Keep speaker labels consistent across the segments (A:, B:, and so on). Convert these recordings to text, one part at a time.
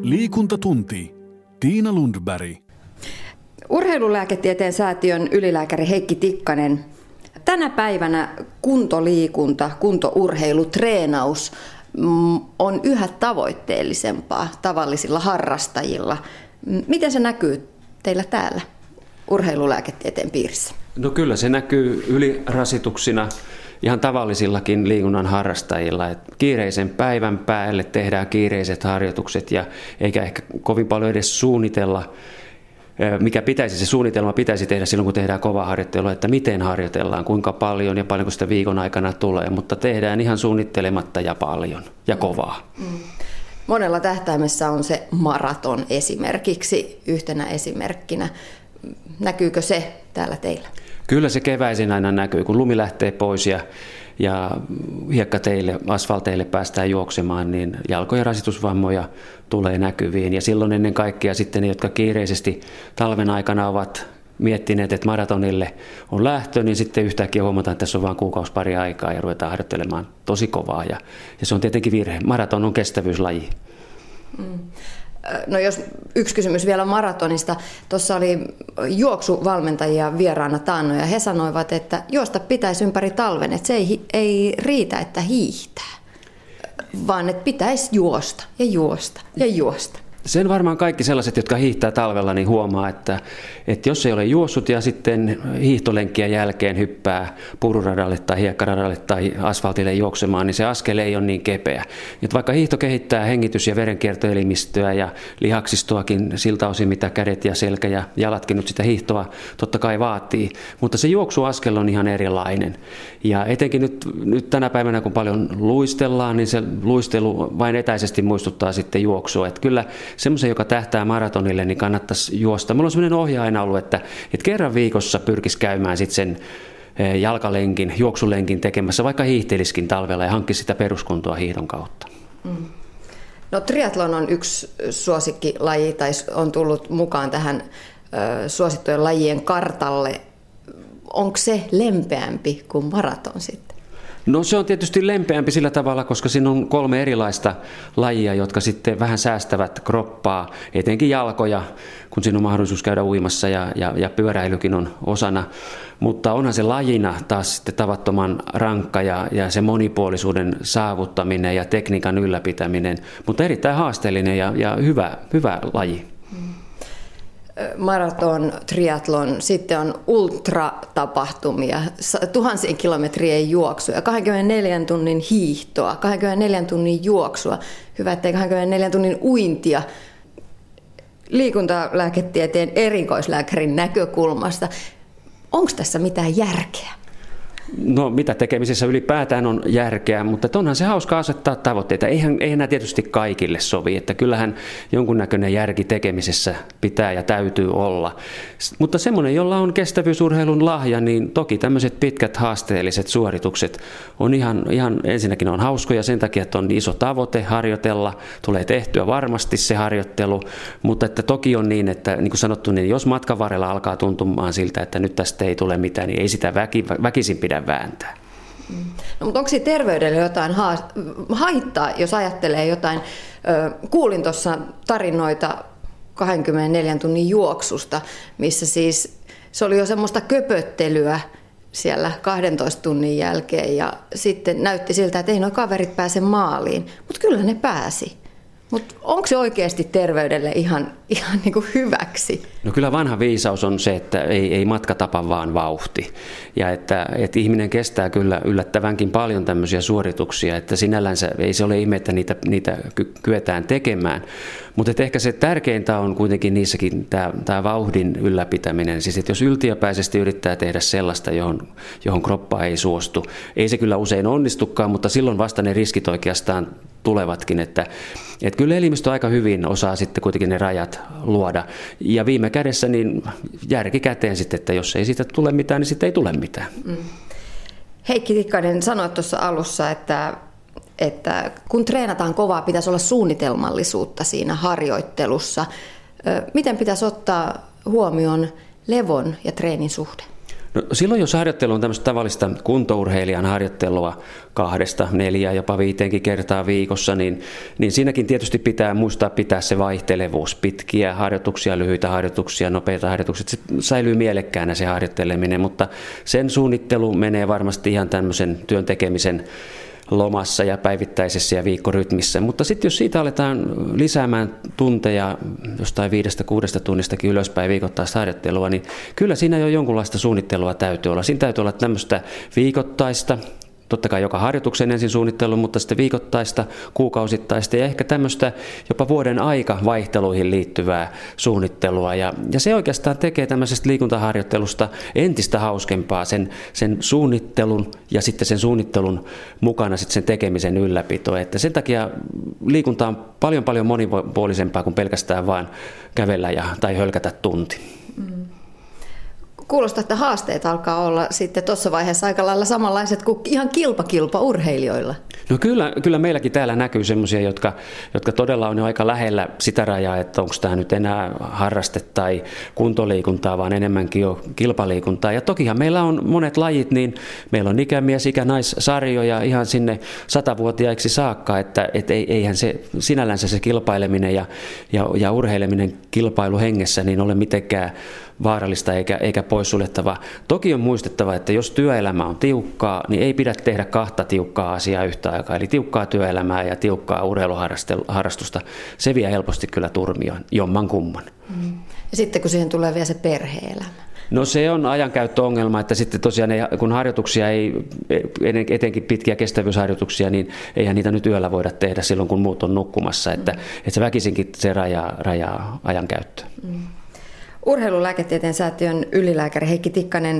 A: Liikuntatunti. Tiina Lundberg.
B: Urheilulääketieteen säätiön ylilääkäri Heikki Tikkanen. Tänä päivänä kuntoliikunta, kuntourheilu, treenaus on yhä tavoitteellisempaa tavallisilla harrastajilla. Miten se näkyy teillä täällä urheilulääketieteen piirissä?
C: No kyllä se näkyy ylirasituksina ihan tavallisillakin liikunnan harrastajilla. Et kiireisen päivän päälle tehdään kiireiset harjoitukset ja eikä ehkä kovin paljon edes suunnitella, mikä se suunnitelma pitäisi tehdä silloin, kun tehdään kovaa harjoittelua, että miten harjoitellaan, kuinka paljon ja paljonko sitä viikon aikana tulee, mutta tehdään ihan suunnittelematta ja paljon ja kovaa.
B: Monella tähtäimessä on se maraton esimerkiksi yhtenä esimerkkinä. Näkyykö se täällä teillä?
C: Kyllä se keväisin aina näkyy, kun lumi lähtee pois ja hiekkateille, asfalteille päästään juoksemaan, niin jalkojen rasitusvammoja tulee näkyviin. Ja silloin ennen kaikkea sitten ne, jotka kiireisesti talven aikana ovat miettineet, että maratonille on lähtö, niin sitten yhtäkkiä huomataan, että tässä on vain kuukausi pari aikaa ja ruvetaan harjoittelemaan tosi kovaa. Ja se on tietenkin virhe. Maraton on kestävyyslaji.
B: No jos yksi kysymys vielä maratonista. Tuossa oli juoksuvalmentajia vieraana taannoin ja he sanoivat, että juosta pitäisi ympäri talven, että se ei riitä, että hiihtää, vaan että pitäisi juosta ja juosta ja juosta.
C: Sen varmaan kaikki sellaiset, jotka hiihtää talvella, niin huomaa, että jos ei ole juossut ja sitten hiihtolenkkiä jälkeen hyppää pururadalle tai hiekkaradalle tai asfaltille juoksemaan, niin se askel ei ole niin kepeä. Että vaikka hiihto kehittää hengitys- ja verenkiertoelimistöä ja lihaksistoakin siltä osin, mitä kädet ja selkä ja jalatkin nyt sitä hiihtoa totta kai vaatii, mutta se juoksuaskel on ihan erilainen. Ja etenkin nyt tänä päivänä, kun paljon luistellaan, niin se luistelu vain etäisesti muistuttaa sitten juoksua. Että kyllä semmoisen, joka tähtää maratonille, niin kannattaisi juosta. Mulla on semmoinen ohje aina ollut, että kerran viikossa pyrkisi käymään sitten sen jalkalenkin, juoksulenkin tekemässä, vaikka hiihteliskin talvella ja hankkisi sitä peruskuntoa hiihdon kautta.
B: No triathlon on yksi suosikkilaji tai on tullut mukaan tähän suosittujen lajien kartalle. Onko se lempeämpi kuin maraton sitten?
C: No se on tietysti lempeämpi sillä tavalla, koska siinä on 3 erilaista lajia, jotka sitten vähän säästävät kroppaa, etenkin jalkoja, kun siinä on mahdollisuus käydä uimassa ja pyöräilykin on osana. Mutta onhan se lajina taas sitten tavattoman rankka ja se monipuolisuuden saavuttaminen ja tekniikan ylläpitäminen, mutta erittäin haasteellinen ja hyvä laji.
B: Maraton, triathlon, sitten on ultratapahtumia, 1000 kilometrien juoksua, 24 tunnin hiihtoa, 24 tunnin juoksua, hyvä ettei 24 tunnin uintia. Liikuntalääketieteen erikoislääkärin näkökulmasta, onko tässä mitään järkeä?
C: No mitä tekemisessä ylipäätään on järkeä, mutta onhan se hauska asettaa tavoitteita. Eihän nämä tietysti kaikille sovi, että kyllähän jonkunnäköinen järki tekemisessä pitää ja täytyy olla. Mutta semmoinen, jolla on kestävyysurheilun lahja, niin toki tämmöiset pitkät haasteelliset suoritukset on ihan ensinnäkin on hauskoja sen takia, että on iso tavoite harjoitella, tulee tehtyä varmasti se harjoittelu, mutta että toki on niin, että niin kuin sanottu, niin jos matkan varrella alkaa tuntumaan siltä, että nyt tästä ei tule mitään, niin ei sitä väkisin pidä vääntää.
B: No, mutta onko siinä terveydelle jotain haittaa, jos ajattelee jotain? Kuulin tuossa tarinoita 24 tunnin juoksusta, missä siis se oli jo semmoista köpöttelyä siellä 12 tunnin jälkeen ja sitten näytti siltä, että ei nuo kaverit pääse maaliin, mutta kyllä ne pääsi. Mutta onko se oikeasti terveydelle ihan niin kuin hyväksi?
C: No kyllä vanha viisaus on se, että ei matka tapa vaan vauhti. Ja että ihminen kestää kyllä yllättävänkin paljon tämmöisiä suorituksia, että sinällänsä ei se ole ihme, että niitä kyetään tekemään. Mutta ehkä se tärkeintä on kuitenkin niissäkin tämä vauhdin ylläpitäminen. Siis että jos yltiöpäisesti yrittää tehdä sellaista, johon kroppa ei suostu, ei se kyllä usein onnistukaan, mutta silloin vasta ne riskit oikeastaan tulevatkin, että kyllä elimistö aika hyvin osaa sitten kuitenkin ne rajat luoda. Ja viime kädessä niin järki käteen sitten, että jos ei siitä tule mitään, niin sitten ei tule mitään.
B: Heikki Tikkanen sanoi tuossa alussa, että kun treenataan kovaa, pitäisi olla suunnitelmallisuutta siinä harjoittelussa. Miten pitäisi ottaa huomioon levon ja treenin suhde?
C: No, silloin jos harjoittelu on tämmöistä tavallista kuntourheilijan harjoittelua 2-4, jopa 5 kertaa viikossa, niin siinäkin tietysti pitää muistaa pitää se vaihtelevuus. Pitkiä harjoituksia, lyhyitä harjoituksia, nopeita harjoituksia. Se säilyy mielekkäänä se harjoitteleminen, mutta sen suunnittelu menee varmasti ihan tämmöisen työn tekemisen lomassa ja päivittäisessä ja viikkorytmissä. Mutta sitten jos siitä aletaan lisäämään tunteja, jostain 5-6 tunnistakin ylöspäin viikoittaista harjoittelua, niin kyllä siinä jo jonkunlaista suunnittelua täytyy olla. Siinä täytyy olla tämmöistä viikoittaista, totta kai joka harjoituksen ensin suunnittelu, mutta sitten viikoittaista, kuukausittaista ja ehkä tämmöistä jopa vuoden aika vaihteluihin liittyvää suunnittelua. Ja se oikeastaan tekee tämmöisestä liikuntaharjoittelusta entistä hauskempaa sen suunnittelun ja sitten sen suunnittelun mukana sitten sen tekemisen ylläpito. Että sen takia liikunta on paljon monipuolisempaa kuin pelkästään vaan kävellä tai hölkätä tunti.
B: Kuulostaa, että haasteet alkaa olla sitten tuossa vaiheessa aika lailla samanlaiset kuin ihan kilpa urheilijoilla.
C: No kyllä meilläkin täällä näkyy semmoisia, jotka todella on jo aika lähellä sitä rajaa, että onko tämä nyt enää harraste tai kuntoliikuntaa, vaan enemmänkin jo kilpaliikuntaa. Ja tokihan meillä on monet lajit, niin meillä on ikämies, naissarjoja ihan sinne 100-vuotiaiksi saakka, että eihän se sinällänsä se kilpaileminen ja urheileminen kilpailuhengessä niin ole mitenkään vaarallista eikä poissuljettavaa. Toki on muistettava, että jos työelämä on tiukkaa, niin ei pidä tehdä 2 tiukkaa asiaa yhtä aikaa. Eli tiukkaa työelämää ja tiukkaa urheiluharrastusta, se vie helposti kyllä turmioon, jomman kumman.
B: Ja sitten kun siihen tulee vielä se perhe-elämä.
C: No se on ajankäyttöongelma, että sitten tosiaan kun harjoituksia ei, etenkin pitkiä kestävyysharjoituksia, niin eihän niitä nyt yöllä voida tehdä silloin, kun muut on nukkumassa. Että se väkisinkin se rajaa ajankäyttöä.
B: Urheilulääketieteen säätiön ylilääkäri Heikki Tikkanen,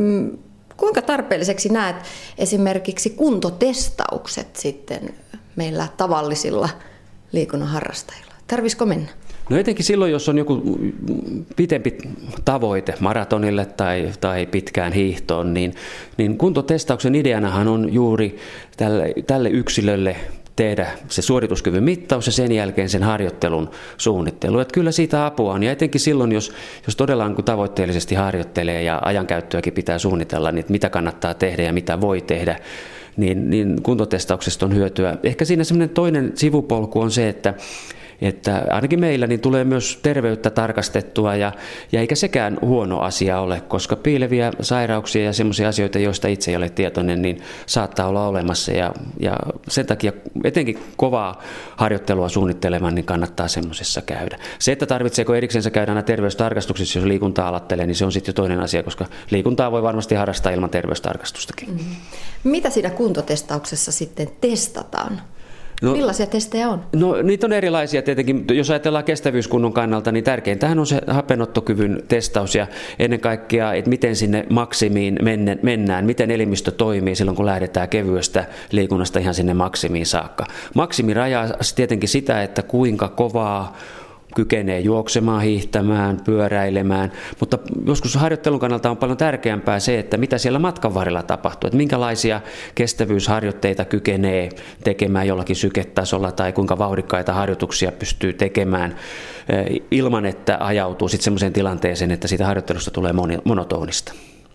B: kuinka tarpeelliseksi näet esimerkiksi kuntotestaukset sitten meillä tavallisilla liikunnan harrastajilla? Tarvisiko mennä?
C: No etenkin silloin, jos on joku pitempi tavoite maratonille tai pitkään hiihtoon, niin kuntotestauksen ideanahan on juuri tälle yksilölle tehdä se suorituskyvyn mittaus ja sen jälkeen sen harjoittelun suunnittelu. Että kyllä siitä apua on. Ja etenkin silloin, jos todella tavoitteellisesti harjoittelee ja ajankäyttöäkin pitää suunnitella, niin mitä kannattaa tehdä ja mitä voi tehdä, niin kuntotestauksesta on hyötyä. Ehkä siinä semmoinen toinen sivupolku on se, että ainakin meillä niin tulee myös terveyttä tarkastettua ja eikä sekään huono asia ole, koska piileviä sairauksia ja semmoisia asioita, joista itse ei ole tietoinen, niin saattaa olla olemassa ja sen takia etenkin kovaa harjoittelua suunnittelemaan, niin kannattaa semmoisessa käydä. Se, että tarvitseeko eriksensä käydä aina terveystarkastuksissa, jos liikuntaa alattelee, niin se on sitten jo toinen asia, koska liikuntaa voi varmasti harrastaa ilman terveystarkastustakin.
B: Mitä siinä kuntotestauksessa sitten testataan? Millaisia testejä on?
C: No niitä on erilaisia tietenkin. Jos ajatellaan kestävyyskunnon kannalta, niin tärkeintähän on se hapenottokyvyn testaus ja ennen kaikkea, että miten sinne maksimiin mennään, miten elimistö toimii silloin, kun lähdetään kevyestä liikunnasta ihan sinne maksimiin saakka. Maksimi rajaa tietenkin sitä, että kuinka kovaa kykenee juoksemaan, hiihtämään, pyöräilemään, mutta joskus harjoittelun kannalta on paljon tärkeämpää se, että mitä siellä matkan varrella tapahtuu, että minkälaisia kestävyysharjoitteita kykenee tekemään jollakin syketasolla tai kuinka vauhdikkaita harjoituksia pystyy tekemään ilman, että ajautuu sitten sellaiseen tilanteeseen, että siitä harjoittelusta tulee monotonista.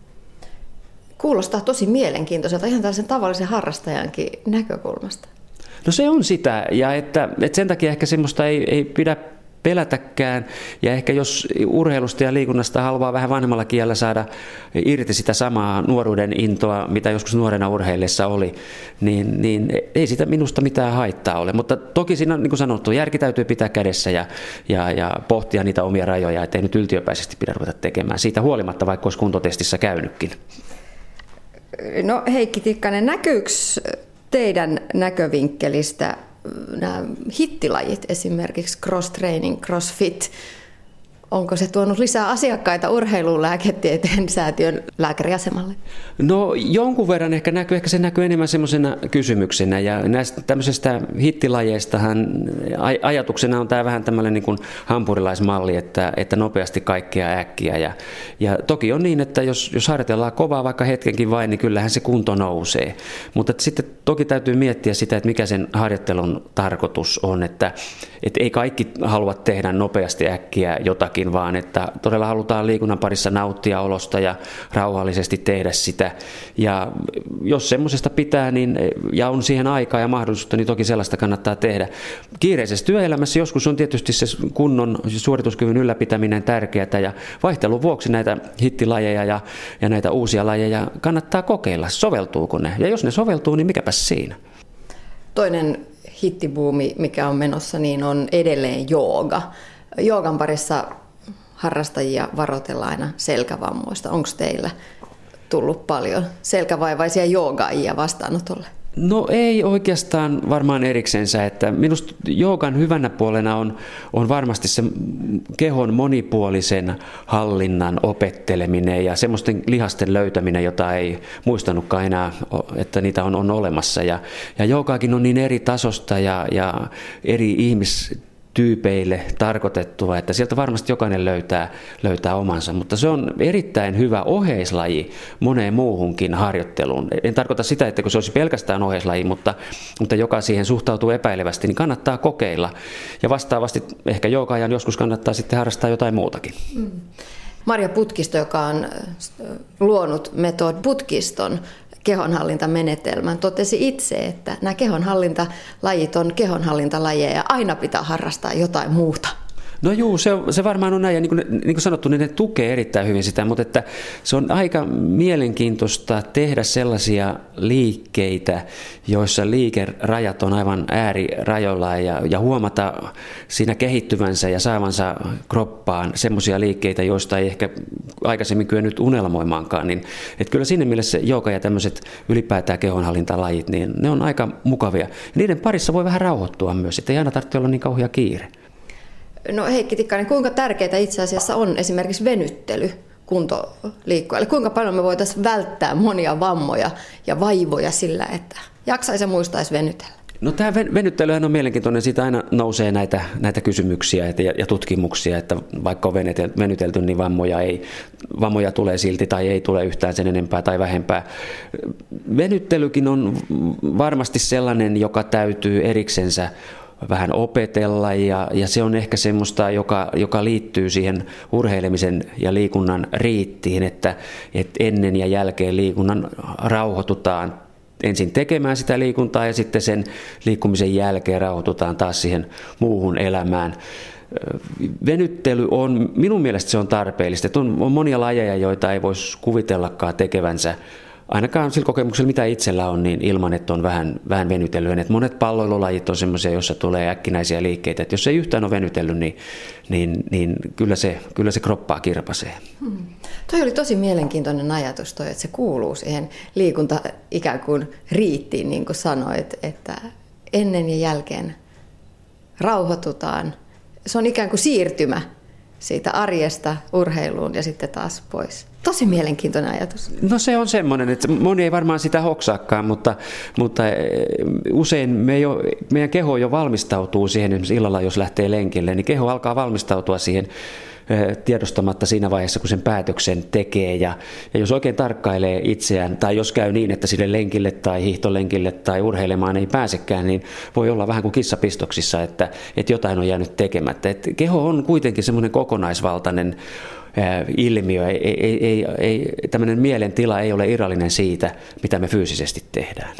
B: Kuulostaa tosi mielenkiintoiselta ihan tällaisen tavallisen harrastajankin näkökulmasta.
C: No se on sitä ja että sen takia ehkä semmoista ei pidä pelätäkään. Ja ehkä jos urheilusta ja liikunnasta haluaa vähän vanhemmalla kielellä saada irti sitä samaa nuoruuden intoa, mitä joskus nuorena urheillessa oli, niin ei sitä minusta mitään haittaa ole. Mutta toki siinä, niin kuin sanottu, järki täytyy pitää kädessä ja pohtia niitä omia rajoja, ettei nyt yltiöpäisesti pidä ruveta tekemään. Siitä huolimatta, vaikka olisi kuntotestissä käynytkin.
B: No Heikki Tikkanen, näkyykö teidän näkövinkkelistä nämä hittilajit, esimerkiksi cross-training, crossfit, onko se tuonut lisää asiakkaita urheilulääketieteen säätiön lääkäriasemalle?
C: No jonkun verran ehkä se näkyy enemmän semmoisena kysymyksenä ja näistä tämmöisestä hittilajeistahan ajatuksena on tämä vähän tämmöinen niin kuin hampurilaismalli, että nopeasti kaikkea äkkiä ja toki on niin, että jos harjoitellaan kovaa vaikka hetkenkin vain, niin kyllähän se kunto nousee, mutta sitten toki täytyy miettiä sitä, että mikä sen harjoittelun tarkoitus on, että ei kaikki halua tehdä nopeasti äkkiä jotakin muutenkin, vaan että todella halutaan liikunnan parissa nauttia olosta ja rauhallisesti tehdä sitä. Ja jos semmoisesta pitää ja on siihen aikaa ja mahdollisuutta, niin toki sellaista kannattaa tehdä. Kiireisessä työelämässä joskus on tietysti se kunnon suorituskyvyn ylläpitäminen tärkeää ja vaihtelun vuoksi näitä hittilajeja ja näitä uusia lajeja kannattaa kokeilla, soveltuuko ne. Ja jos ne soveltuu, niin mikäpäs siinä.
B: Toinen hittibuumi, mikä on menossa, niin on edelleen jooga. Joogan parissa harrastajia varoitellaan aina selkävammoista. Onko teillä tullut paljon selkävaivaisia joogaajia vastaanotolle?
C: No ei oikeastaan varmaan eriksensä, että minusta joogan hyvänä puolena on varmasti se kehon monipuolisen hallinnan opetteleminen ja semmoisten lihasten löytäminen, jota ei muistanutkaan enää, että niitä on olemassa. Ja joogaakin on niin eri tasosta ja eri ihmistyypeille tarkoitettua, että sieltä varmasti jokainen löytää omansa, mutta se on erittäin hyvä oheislaji moneen muuhunkin harjoitteluun. En tarkoita sitä, että kun se olisi pelkästään oheislaji, mutta joka siihen suhtautuu epäilevästi, niin kannattaa kokeilla. Ja vastaavasti ehkä joogaajan joskus kannattaa sitten harrastaa jotain muutakin.
B: Marja Putkisto, joka on luonut Method Putkiston kehonhallintamenetelmän, totesi itse, että nämä kehonhallintalajit on kehonhallintalajeja ja aina pitää harrastaa jotain muuta.
C: No juu, se varmaan on näin, ja niin kuin sanottu, niin ne tukee erittäin hyvin sitä, mutta että se on aika mielenkiintoista tehdä sellaisia liikkeitä, joissa liikerajat on aivan äärirajoilla ja huomata siinä kehittyvänsä ja saavansa kroppaan semmoisia liikkeitä, joista ei ehkä aikaisemmin kyennyt unelmoimaankaan, niin että kyllä siinä mielessä jooga ja tämmöiset ylipäätään kehonhallintalajit, niin ne on aika mukavia. Ja niiden parissa voi vähän rauhoittua myös, että ei aina tarvitse olla niin kauhea kiire.
B: No Heikki Tikkanen, kuinka tärkeää itse asiassa on esimerkiksi venyttely kuntoliikkujalle? Kuinka paljon me voitaisiin välttää monia vammoja ja vaivoja sillä, että jaksaisi ja muistaisi venytellä?
C: No tämä venyttelyhän on mielenkiintoinen, siitä aina nousee näitä kysymyksiä ja tutkimuksia, että vaikka on venytelty, niin vammoja tulee silti tai ei tule yhtään sen enempää tai vähempää. Venyttelykin on varmasti sellainen, joka täytyy eriksensä vähän opetella ja se on ehkä semmoista, joka liittyy siihen urheilemisen ja liikunnan riittiin, että ennen ja jälkeen liikunnan rauhoitutaan ensin tekemään sitä liikuntaa ja sitten sen liikkumisen jälkeen rauhoitutaan taas siihen muuhun elämään. Venyttely on, minun mielestä se on tarpeellista, että on monia lajeja, joita ei voisi kuvitellakaan tekevänsä. Ainakaan sillä kokemuksella, mitä itsellä on, niin ilman, että on vähän venytellyt. Että monet palloilulajit on semmoisia, joissa tulee äkkinäisiä liikkeitä. Että jos ei yhtään ole venytellyt, niin kyllä se kroppaa kirpasee.
B: Toi oli tosi mielenkiintoinen ajatus, että se kuuluu siihen liikunta ikään kuin riittiin, niin kuin sanoit, että ennen ja jälkeen rauhoitutaan. Se on ikään kuin siirtymä siitä arjesta urheiluun ja sitten taas pois. Tosi mielenkiintoinen ajatus.
C: No se on semmoinen, että moni ei varmaan sitä hoksaakaan, mutta usein meidän keho jo valmistautuu siihen, esimerkiksi illalla jos lähtee lenkille, niin keho alkaa valmistautua siihen tiedostamatta siinä vaiheessa, kun sen päätöksen tekee. Ja jos oikein tarkkailee itseään, tai jos käy niin, että sille lenkille tai hiihtolenkille tai urheilemaan ei pääsekään, niin voi olla vähän kuin kissapistoksissa, että jotain on jäänyt tekemättä. Et keho on kuitenkin semmoinen kokonaisvaltainen ilmiö. Tämmöinen mielentila ei ole irrallinen siitä, mitä me fyysisesti tehdään.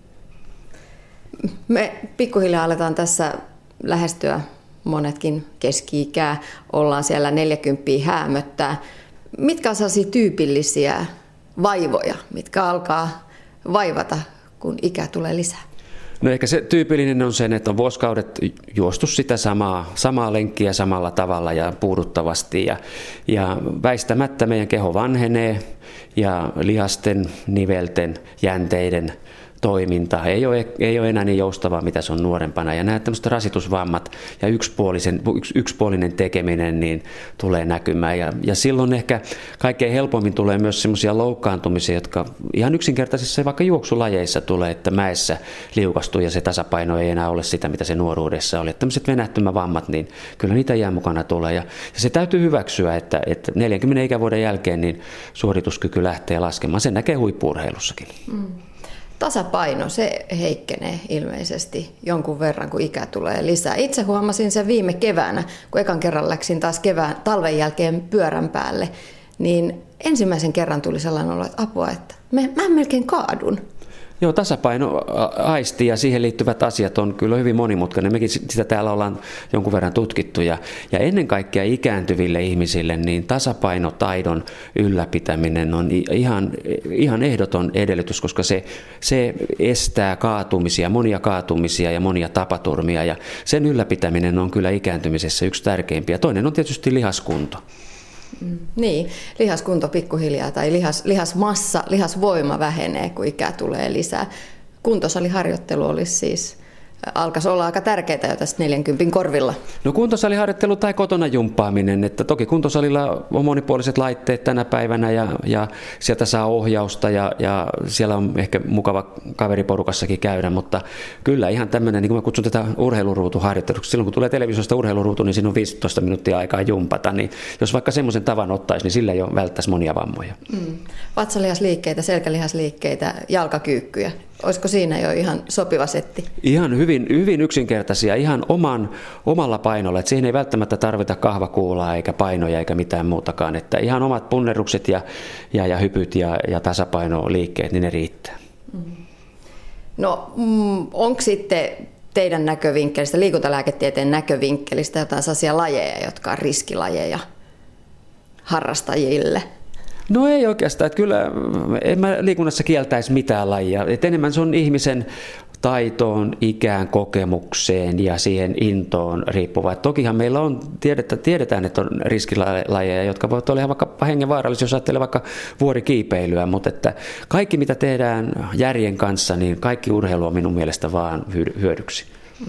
B: Me pikkuhiljaa aletaan tässä lähestyä monetkin keski-ikää, ollaan siellä 40 häämöttää. Mitkä on sellaisia tyypillisiä vaivoja, mitkä alkaa vaivata, kun ikä tulee lisää?
C: No ehkä se tyypillinen on sen, että on vuosikaudet juostu sitä samaa lenkkiä samalla tavalla ja puuduttavasti. Ja väistämättä meidän keho vanhenee ja lihasten, nivelten, jänteiden toiminta ei ole enää niin joustavaa, mitä se on nuorempana. Ja nämä tämmöiset rasitusvammat ja yksipuolinen tekeminen niin tulee näkymään. Ja silloin ehkä kaikkein helpommin tulee myös semmoisia loukkaantumisia, jotka ihan yksinkertaisissa vaikka juoksulajeissa tulee, että mäessä liukastuu ja se tasapaino ei enää ole sitä, mitä se nuoruudessa oli. Tämmöiset venähtymävammat, niin kyllä niitä jää mukana tulee. Ja se täytyy hyväksyä, että 40 ikävuoden jälkeen niin suorituskyky lähtee laskemaan. Sen näkee huippu-urheilussakin.
B: tasapaino, se heikkenee ilmeisesti jonkun verran, kun ikä tulee lisää. Itse huomasin sen viime keväänä, kun ekan kerran läksin taas talven jälkeen pyörän päälle, niin ensimmäisen kerran tuli sellainen olo, että apua, että mä melkein kaadun.
C: Joo, tasapaino aisti ja siihen liittyvät asiat on kyllä hyvin monimutkainen. Mekin sitä täällä ollaan jonkun verran tutkittu ja ennen kaikkea ikääntyville ihmisille niin tasapainotaidon ylläpitäminen on ihan ehdoton edellytys, koska se estää monia kaatumisia ja monia tapaturmia ja sen ylläpitäminen on kyllä ikääntymisessä yksi tärkeimpiä. Toinen on tietysti lihaskunto.
B: Niin, lihaskunto pikkuhiljaa tai lihasmassa, lihasvoima vähenee, kun ikää tulee lisää. Kuntosaliharjoittelu olisi siis, alkaisi olla aika tärkeää jo tästä 40 korvilla.
C: No kuntosaliharjoittelu tai kotona jumppaaminen, että toki kuntosalilla on monipuoliset laitteet tänä päivänä ja sieltä saa ohjausta ja siellä on ehkä mukava kaveriporukassakin käydä, mutta kyllä ihan tämmöinen, niin kuin mä kutsun tätä urheiluruutuharjoitteluksi, silloin kun tulee televisiosta urheiluruutu, niin siinä on 15 minuuttia aikaa jumpata, niin jos vaikka semmoisen tavan ottaisi, niin sillä jo välttäisi monia vammoja.
B: Vatsalihasliikkeitä, selkälihasliikkeitä, jalkakyykkyjä. Olisiko siinä jo ihan sopiva setti?
C: Ihan hyvin yksinkertaisia, ihan omalla painolla. Että siihen ei välttämättä tarvita kahvakuulaa eikä painoja eikä mitään muutakaan. Että ihan omat punnerrukset ja hypyt ja tasapainoliikkeet, niin ne riittää.
B: No onko sitten teidän näkövinkkelistä, liikuntalääketieteen näkövinkkelistä jotain sellaisia lajeja, jotka on riskilajeja harrastajille?
C: No ei oikeastaan, että kyllä en mä liikunnassa kieltäisi mitään lajia. Et enemmän se on ihmisen taitoon, ikään, kokemukseen ja siihen intoon riippuva. Et tokihan meillä on, tiedetään, että on riskilajeja, jotka voivat olla ihan vaikka hengenvaarallisia, jos ajattelee vaikka vuorikiipeilyä, mutta että kaikki mitä tehdään järjen kanssa, niin kaikki urheilu on minun mielestä vaan hyödyksi.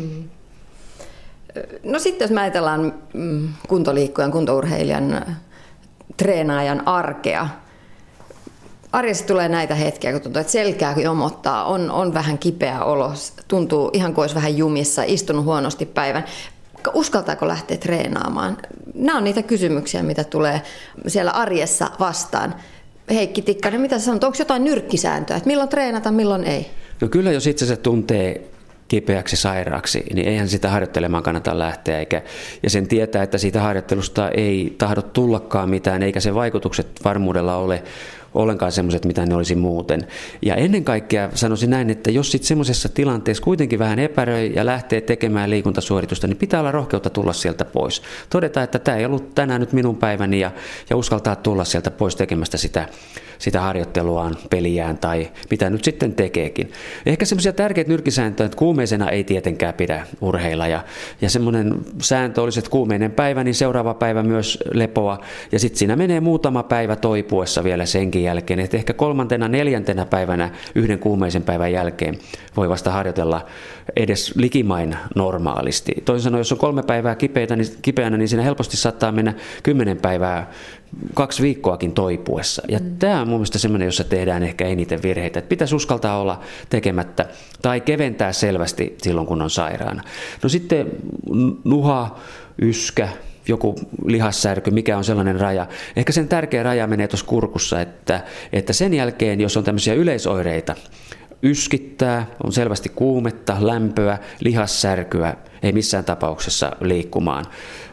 B: No sitten jos mä ajatellaan kuntoliikkujan, kuntourheilijan, treenaajan arkea. Arjessa tulee näitä hetkiä, kun tuntuu, että selkää jomottaa, on vähän kipeä olo, tuntuu ihan kuin olisi vähän jumissa, istunut huonosti päivän. Uskaltaako lähteä treenaamaan? Nämä on niitä kysymyksiä, mitä tulee siellä arjessa vastaan. Heikki Tikkanen, mitä sä sanot? Onko jotain nyrkkisääntöä, että milloin treenata, milloin ei?
C: No kyllä, jos itse se tuntee kipeäksi, sairaaksi, niin eihän sitä harjoittelemaan kannata lähteä. Ja sen tietää, että siitä harjoittelusta ei tahdo tullakaan mitään, eikä se vaikutukset varmuudella ole ollenkaan semmoiset, mitä ne olisi muuten. Ja ennen kaikkea sanoisin näin, että jos sitten semmoisessa tilanteessa kuitenkin vähän epäröi ja lähtee tekemään liikuntasuoritusta, niin pitää olla rohkeutta tulla sieltä pois. Todeta, että tämä ei ollut tänään nyt minun päiväni ja uskaltaa tulla sieltä pois tekemästä sitä harjoitteluaan, peliään tai mitä nyt sitten tekeekin. Ehkä semmoisia tärkeitä nyrkkisääntöjä, että kuumeisena ei tietenkään pidä urheilla ja semmoinen sääntö olisi, että kuumeinen päivä, niin seuraava päivä myös lepoa ja sitten siinä menee muutama päivä toipuessa vielä senkin jälkeen, että ehkä 3., 4. päivänä yhden kuumeisen päivän jälkeen voi vasta harjoitella edes likimain normaalisti. Toisin sanoen, jos on 3 päivää kipeänä, niin siinä helposti saattaa mennä 10 päivää 2 viikkoakin toipuessa. Ja tämä on mun mielestä semmoinen, jossa tehdään ehkä eniten virheitä. Että pitäisi uskaltaa olla tekemättä tai keventää selvästi silloin, kun on sairaana. No sitten nuha, yskä, joku lihassärky, mikä on sellainen raja. Ehkä sen tärkeä raja menee tuossa kurkussa, että sen jälkeen, jos on tämmöisiä yleisoireita, yskittää, on selvästi kuumetta, lämpöä, lihassärkyä, ei missään tapauksessa liikkumaan.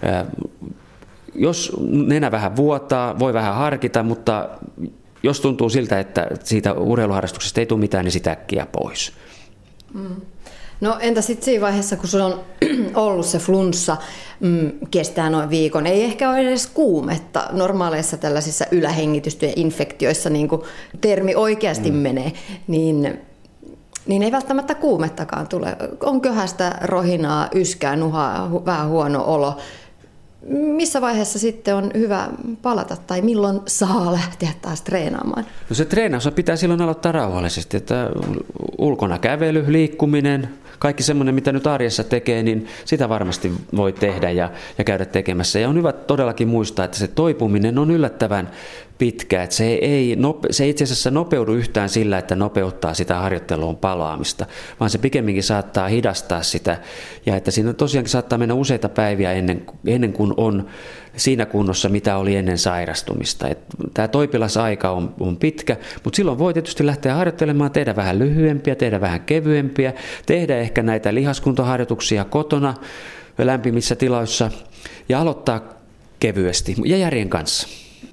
C: Jos nenä vähän vuotaa, voi vähän harkita, mutta jos tuntuu siltä, että siitä urheiluharrastuksesta ei tule mitään, niin sitä äkkiä pois.
B: No entä sitten siinä vaiheessa, kun sulla on ollut se flunssa, kestää noin viikon, ei ehkä ole edes kuumetta. Normaaleissa tällaisissa ylähengitystyjen infektioissa, niin kuin termi oikeasti menee, niin ei välttämättä kuumettakaan tule. On köhästä, rohinaa, yskää, nuhaa, vähän huono olo. Missä vaiheessa sitten on hyvä palata tai milloin saa lähteä taas treenaamaan?
C: No se treenaus pitää silloin aloittaa rauhallisesti, että ulkona kävely, liikkuminen, kaikki semmoinen, mitä nyt arjessa tekee, niin sitä varmasti voi tehdä ja käydä tekemässä. Ja on hyvä todellakin muistaa, että se toipuminen on yllättävän pitkä, että se ei itse asiassa nopeudu yhtään sillä, että nopeuttaa sitä harjoitteluun palaamista, vaan se pikemminkin saattaa hidastaa sitä ja että siinä tosiaankin saattaa mennä useita päiviä ennen kuin on siinä kunnossa, mitä oli ennen sairastumista. Tämä toipilasaika on pitkä, mutta silloin voi tietysti lähteä harjoittelemaan, tehdä vähän lyhyempiä, tehdä vähän kevyempiä, tehdä ehkä näitä lihaskuntoharjoituksia kotona lämpimissä tiloissa ja aloittaa kevyesti ja järjen kanssa.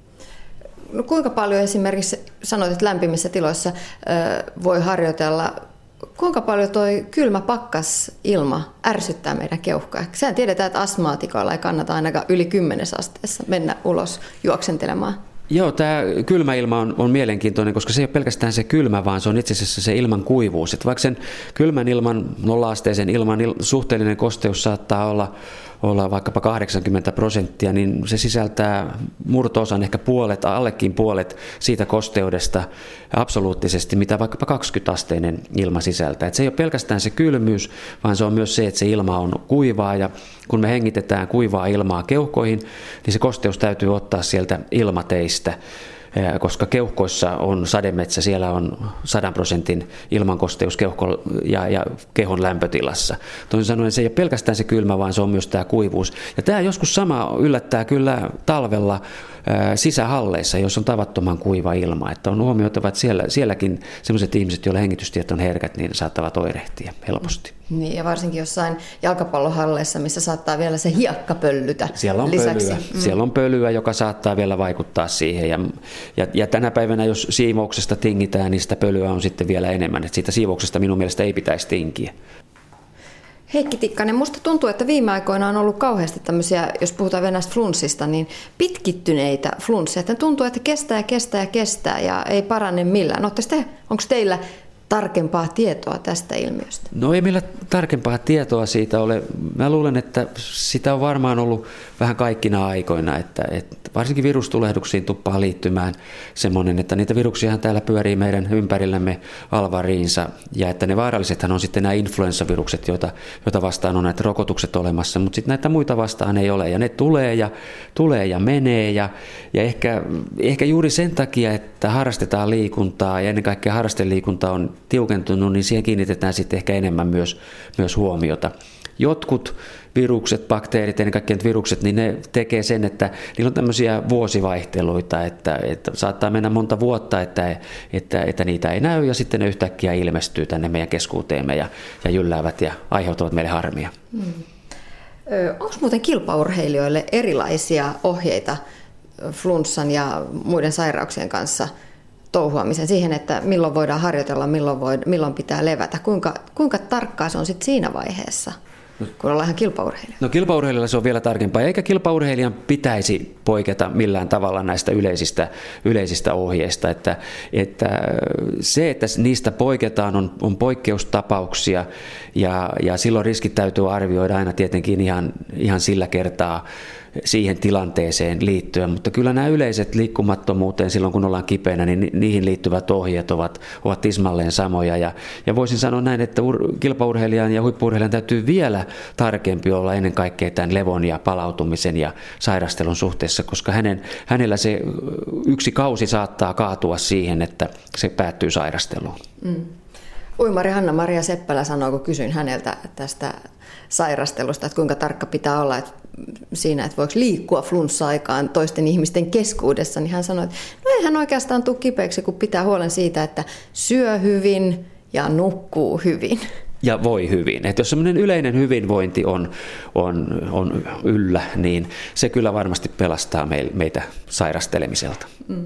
B: No kuinka paljon esimerkiksi sanoit, että lämpimissä tiloissa voi harjoitella? Kuinka paljon toi kylmä pakkas ilma ärsyttää meidän keuhkoja? Sehän tiedetään, että astmaatikoilla ei kannata ainakaan yli 10 asteessa mennä ulos juoksentelemaan.
C: Joo, tämä kylmä ilma on mielenkiintoinen, koska se ei ole pelkästään se kylmä, vaan se on itse asiassa se ilman kuivuus. Että vaikka sen kylmän ilman, 0-asteisen ilman suhteellinen kosteus saattaa olla vaikkapa 80%, niin se sisältää murto-osan, ehkä puolet, allekin puolet siitä kosteudesta absoluuttisesti, mitä vaikkapa 20-asteinen ilma sisältää. Et se ei ole pelkästään se kylmyys, vaan se on myös se, että se ilma on kuivaa, ja kun me hengitetään kuivaa ilmaa keuhkoihin, niin se kosteus täytyy ottaa sieltä ilmateistä. Koska keuhkoissa on sademetsä, siellä on 100% ilmankosteus ja kehon lämpötilassa. Toisin sanoen se ei ole pelkästään se kylmä, vaan se on myös tämä kuivuus. Ja tämä joskus sama yllättää kyllä talvella sisähalleissa, jos on tavattoman kuiva ilma. Että on huomioitava, että sielläkin sellaiset ihmiset, joilla hengitystiet on herkät, niin saattavat oirehtia helposti.
B: Niin, ja varsinkin jossain jalkapallohalleissa, missä saattaa vielä se hiekka pöllytä lisäksi.
C: Siellä on pölyä, joka saattaa vielä vaikuttaa siihen. Ja tänä päivänä, jos siivouksesta tingitään, niin sitä pölyä on sitten vielä enemmän. Että siitä siivouksesta minun mielestä ei pitäisi tinkiä.
B: Heikki Tikkanen, musta tuntuu, että viime aikoina on ollut kauheasti tämmöisiä, jos puhutaan venäjästä flunssista, niin pitkittyneitä flunsseja. Tuntuu, että kestää ja ei parane millään. Onko teillä tarkempaa tietoa tästä ilmiöstä?
C: No ei meillä tarkempaa tietoa siitä ole. Mä luulen, että sitä on varmaan ollut vähän kaikkina aikoina, että varsinkin virustulehduksiin tuppaa liittymään semmoinen, että niitä viruksiahan täällä pyörii meidän ympärillämme alvariinsa, ja että ne vaarallisethan on sitten nämä influenssavirukset, joita vastaan on näitä rokotukset olemassa, mutta sitten näitä muita vastaan ei ole, ja ne tulee ja menee, ja ehkä juuri sen takia, että harrastetaan liikuntaa, ja ennen kaikkea harrasteliikunta on tiukentunut, niin siihen kiinnitetään sitten ehkä enemmän myös huomiota. Jotkut virukset, bakteerit, ennen kaikkea virukset, niin ne tekee sen, että niillä on tämmöisiä vuosivaihteluita, että saattaa mennä monta vuotta, että niitä ei näy, ja sitten ne yhtäkkiä ilmestyy tänne meidän keskuuteemme ja jylläävät ja aiheuttavat meille harmia.
B: Onko muuten kilpaurheilijoille erilaisia ohjeita flunssan ja muiden sairauksien kanssa touhuamisen siihen, että milloin voidaan harjoitella, milloin pitää levätä? Kuinka tarkkaa se on sitten siinä vaiheessa, kun ollaan ihan kilpaurheilija? No
C: kilpaurheilijalla se on vielä tarkempaa, eikä kilpaurheilijan pitäisi poiketa millään tavalla näistä yleisistä ohjeista. Että se, että niistä poiketaan, on poikkeustapauksia, ja silloin riskit täytyy arvioida aina tietenkin ihan sillä kertaa siihen tilanteeseen liittyen, mutta kyllä nämä yleiset liikkumattomuuteen silloin, kun ollaan kipeänä, niin niihin liittyvät ohjeet ovat tismalleen samoja. Ja voisin sanoa näin, että kilpaurheilijan ja huippu-urheilijan täytyy vielä tarkempi olla ennen kaikkea tämän levon ja palautumisen ja sairastelun suhteessa, koska hänellä se yksi kausi saattaa kaatua siihen, että se päättyy sairasteluun.
B: Uimari Hanna-Maria Seppälä sanoi, kun kysyin häneltä tästä sairastelusta, että kuinka tarkka pitää olla siinä, että voiko liikkua flunssa-aikaan toisten ihmisten keskuudessa, niin hän sanoi, että no ei hän oikeastaan tule kipeäksi, kun pitää huolen siitä, että syö hyvin ja nukkuu hyvin.
C: Ja voi hyvin. Että jos semmoinen yleinen hyvinvointi on yllä, niin se kyllä varmasti pelastaa meitä sairastelemiselta.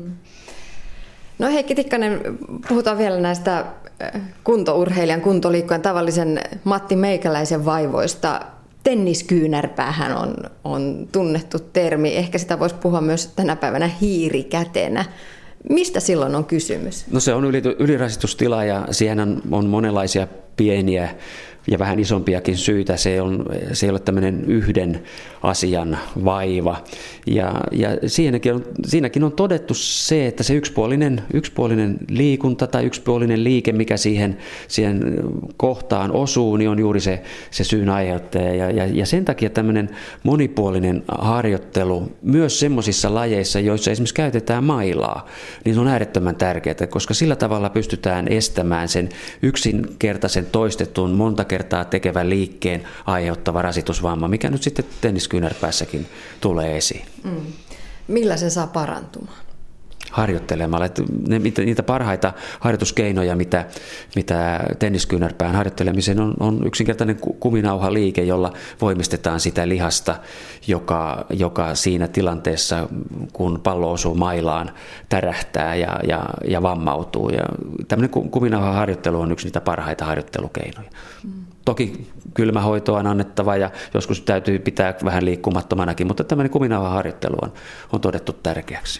B: No Heikki Tikkanen, puhutaan vielä näistä kuntourheilijan, kuntoliikkujan, tavallisen Matti Meikäläisen vaivoista. Tenniskyynärpäähän on tunnettu termi. Ehkä sitä voisi puhua myös tänä päivänä hiirikätenä. Mistä silloin on kysymys?
C: No se on ylirasitustila, ja siihen on monenlaisia pieniä ja vähän isompiakin syitä. Se ei ole tämmöinen yhden asian vaiva. Ja siinäkin on todettu se, että se yksipuolinen liikunta tai yksipuolinen liike, mikä siihen kohtaan osuu, niin on juuri se syyn aiheuttaja. Ja sen takia tämmöinen monipuolinen harjoittelu myös semmoisissa lajeissa, joissa esimerkiksi käytetään mailaa, niin se on äärettömän tärkeää, koska sillä tavalla pystytään estämään sen yksinkertaisen toistetun monta kertaa tekevän liikkeen aiheuttava rasitusvamma, mikä nyt sitten tenniskyynärpäässäkin tulee esiin.
B: Millä se saa parantumaan?
C: Harjoittelemalla. Niitä parhaita harjoituskeinoja, mitä tenniskyynärpään harjoittelemiseen on yksinkertainen kuminauhaliike, jolla voimistetaan sitä lihasta, joka siinä tilanteessa, kun pallo osuu mailaan, tärähtää ja vammautuu. Ja tämmöinen kuminauhaharjoittelu on yksi niitä parhaita harjoittelukeinoja. Toki kylmähoitoa on annettava ja joskus täytyy pitää vähän liikkumattomanakin, mutta tämmöinen kuminauhaharjoittelu on todettu tärkeäksi.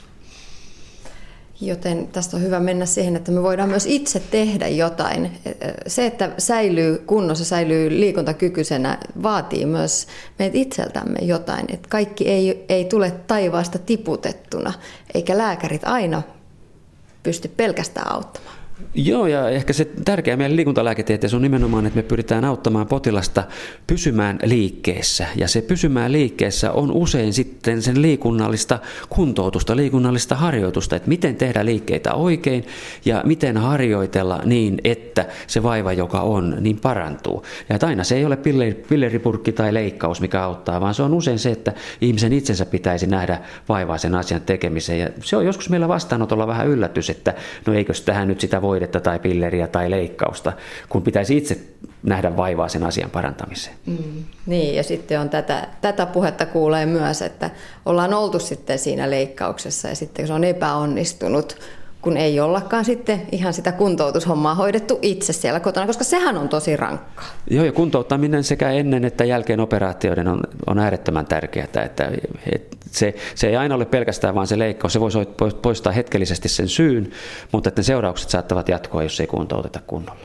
B: Joten tästä on hyvä mennä siihen, että me voidaan myös itse tehdä jotain. Se, että säilyy kunnossa, säilyy liikuntakykyisenä, vaatii myös meitä itseltämme jotain. Että kaikki ei tule taivaasta tiputettuna, eikä lääkärit aina pysty pelkästään auttamaan.
C: Joo, ja ehkä se tärkeä meidän liikuntalääketieteessä on nimenomaan, että me pyritään auttamaan potilasta pysymään liikkeessä. Ja se pysymään liikkeessä on usein sitten sen liikunnallista kuntoutusta, liikunnallista harjoitusta, että miten tehdä liikkeitä oikein ja miten harjoitella niin, että se vaiva, joka on, niin parantuu. Ja että aina se ei ole pilleripurkki tai leikkaus, mikä auttaa, vaan se on usein se, että ihmisen itsensä pitäisi nähdä vaivaa sen asian tekemiseen. Ja se on joskus meillä vastaanotolla vähän yllätys, että no eikös tähän nyt sitä voidetta tai pilleriä tai leikkausta, kun pitäisi itse nähdä vaivaa sen asian parantamiseen.
B: Niin, ja sitten on tätä puhetta kuulee myös, että ollaan oltu sitten siinä leikkauksessa ja sitten se on epäonnistunut, kun ei ollakaan sitten ihan sitä kuntoutushommaa hoidettu itse siellä kotona, koska sehän on tosi rankkaa. Joo,
C: ja kuntouttaminen sekä ennen että jälkeen operaatioiden on äärettömän tärkeää, että se ei aina ole pelkästään vaan se leikkaus, se voi poistaa hetkellisesti sen syyn, mutta että ne seuraukset saattavat jatkua, jos ei kuntouteta kunnolla.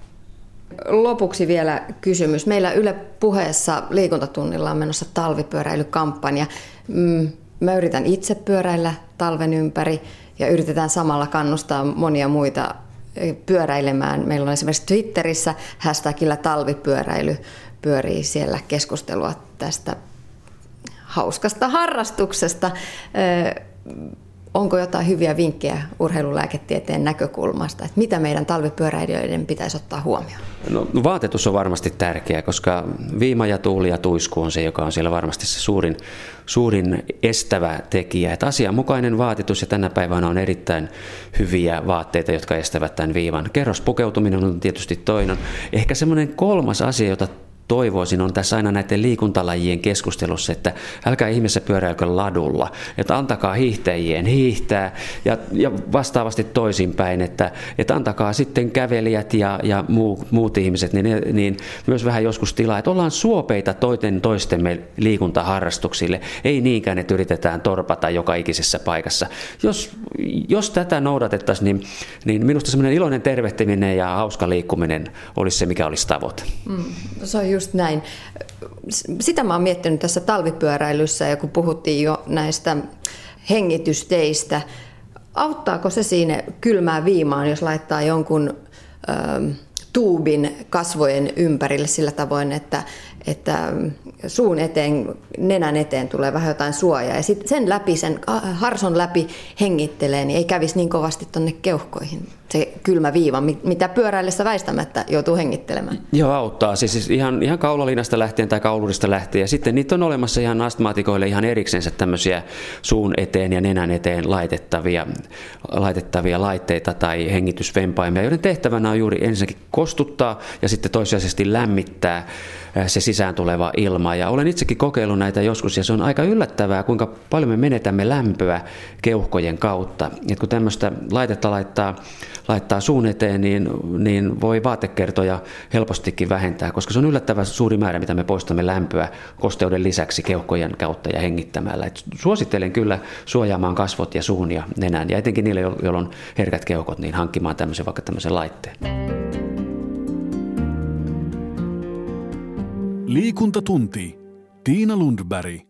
B: Lopuksi vielä kysymys. Meillä Yle Puheessa liikuntatunnilla on menossa talvipyöräilykampanja. Mä yritän itse pyöräillä talven ympäri ja yritetään samalla kannustaa monia muita pyöräilemään. Meillä on esimerkiksi Twitterissä hashtagillä talvipyöräily, pyörii siellä keskustelua tästä hauskasta harrastuksesta. Onko jotain hyviä vinkkejä urheilulääketieteen näkökulmasta, että mitä meidän talvipyöräilijöiden pitäisi ottaa huomioon?
C: No, vaatetus on varmasti tärkeä, koska viima ja tuuli ja tuisku on se, joka on siellä varmasti se suurin estävä tekijä. Että asianmukainen vaatetus ja tänä päivänä on erittäin hyviä vaatteita, jotka estävät tämän viivan. Kerrospukeutuminen on tietysti toinen. Ehkä semmoinen kolmas asia, jota toivoisin on tässä aina näiden liikuntalajien keskustelussa, että älkää ihmeessä pyöräilkö ladulla, että antakaa hiihtäjien hiihtää ja vastaavasti toisinpäin, että antakaa sitten kävelijät ja muut ihmiset niin myös vähän joskus tilaa, että ollaan suopeita toistemme liikuntaharrastuksille, ei niinkään, että yritetään torpata joka ikisessä paikassa. Jos tätä noudatettaisiin, niin minusta semmoinen iloinen tervehtiminen ja hauska liikkuminen olisi se, mikä olisi tavoite.
B: Se on just näin. Sitä mä oon miettinyt tässä talvipyöräilyssä ja kun puhuttiin jo näistä hengitysteistä. Auttaako se siinä kylmään viimaan, jos laittaa jonkun tuubin kasvojen ympärille sillä tavoin, että suun eteen, nenän eteen tulee vähän jotain suojaa ja sitten sen läpi, sen harson läpi hengittelee, niin ei kävisi niin kovasti tuonne keuhkoihin se kylmä viiva, mitä pyöräillessä väistämättä joutuu hengittelemään. Joo,
C: auttaa. Siis ihan kaulalinasta lähtien tai kaulurista lähtien. Ja sitten niitä on olemassa ihan astmaatikoille ihan eriksensä tämmöisiä suun eteen ja nenän eteen laitettavia laitteita tai hengitysvempaimia, joiden tehtävänä on juuri ensinnäkin kostuttaa ja sitten toissijaisesti lämmittää se sisään tuleva ilma. Ja olen itsekin kokeillut näitä joskus ja se on aika yllättävää, kuinka paljon me menetämme lämpöä keuhkojen kautta. Et kun tämmöistä laitetta laittaa suun eteen, niin voi vaatekertoja helpostikin vähentää, koska se on yllättävän suuri määrä, mitä me poistamme lämpöä kosteuden lisäksi keuhkojen kautta ja hengittämällä. Et suosittelen kyllä suojaamaan kasvot ja suun ja nenän, ja etenkin niille, joilla on herkät keuhkot, niin hankkimaan vaikka tämmöisen laitteen.
A: Liikuntatunti. Tiina Lundberg.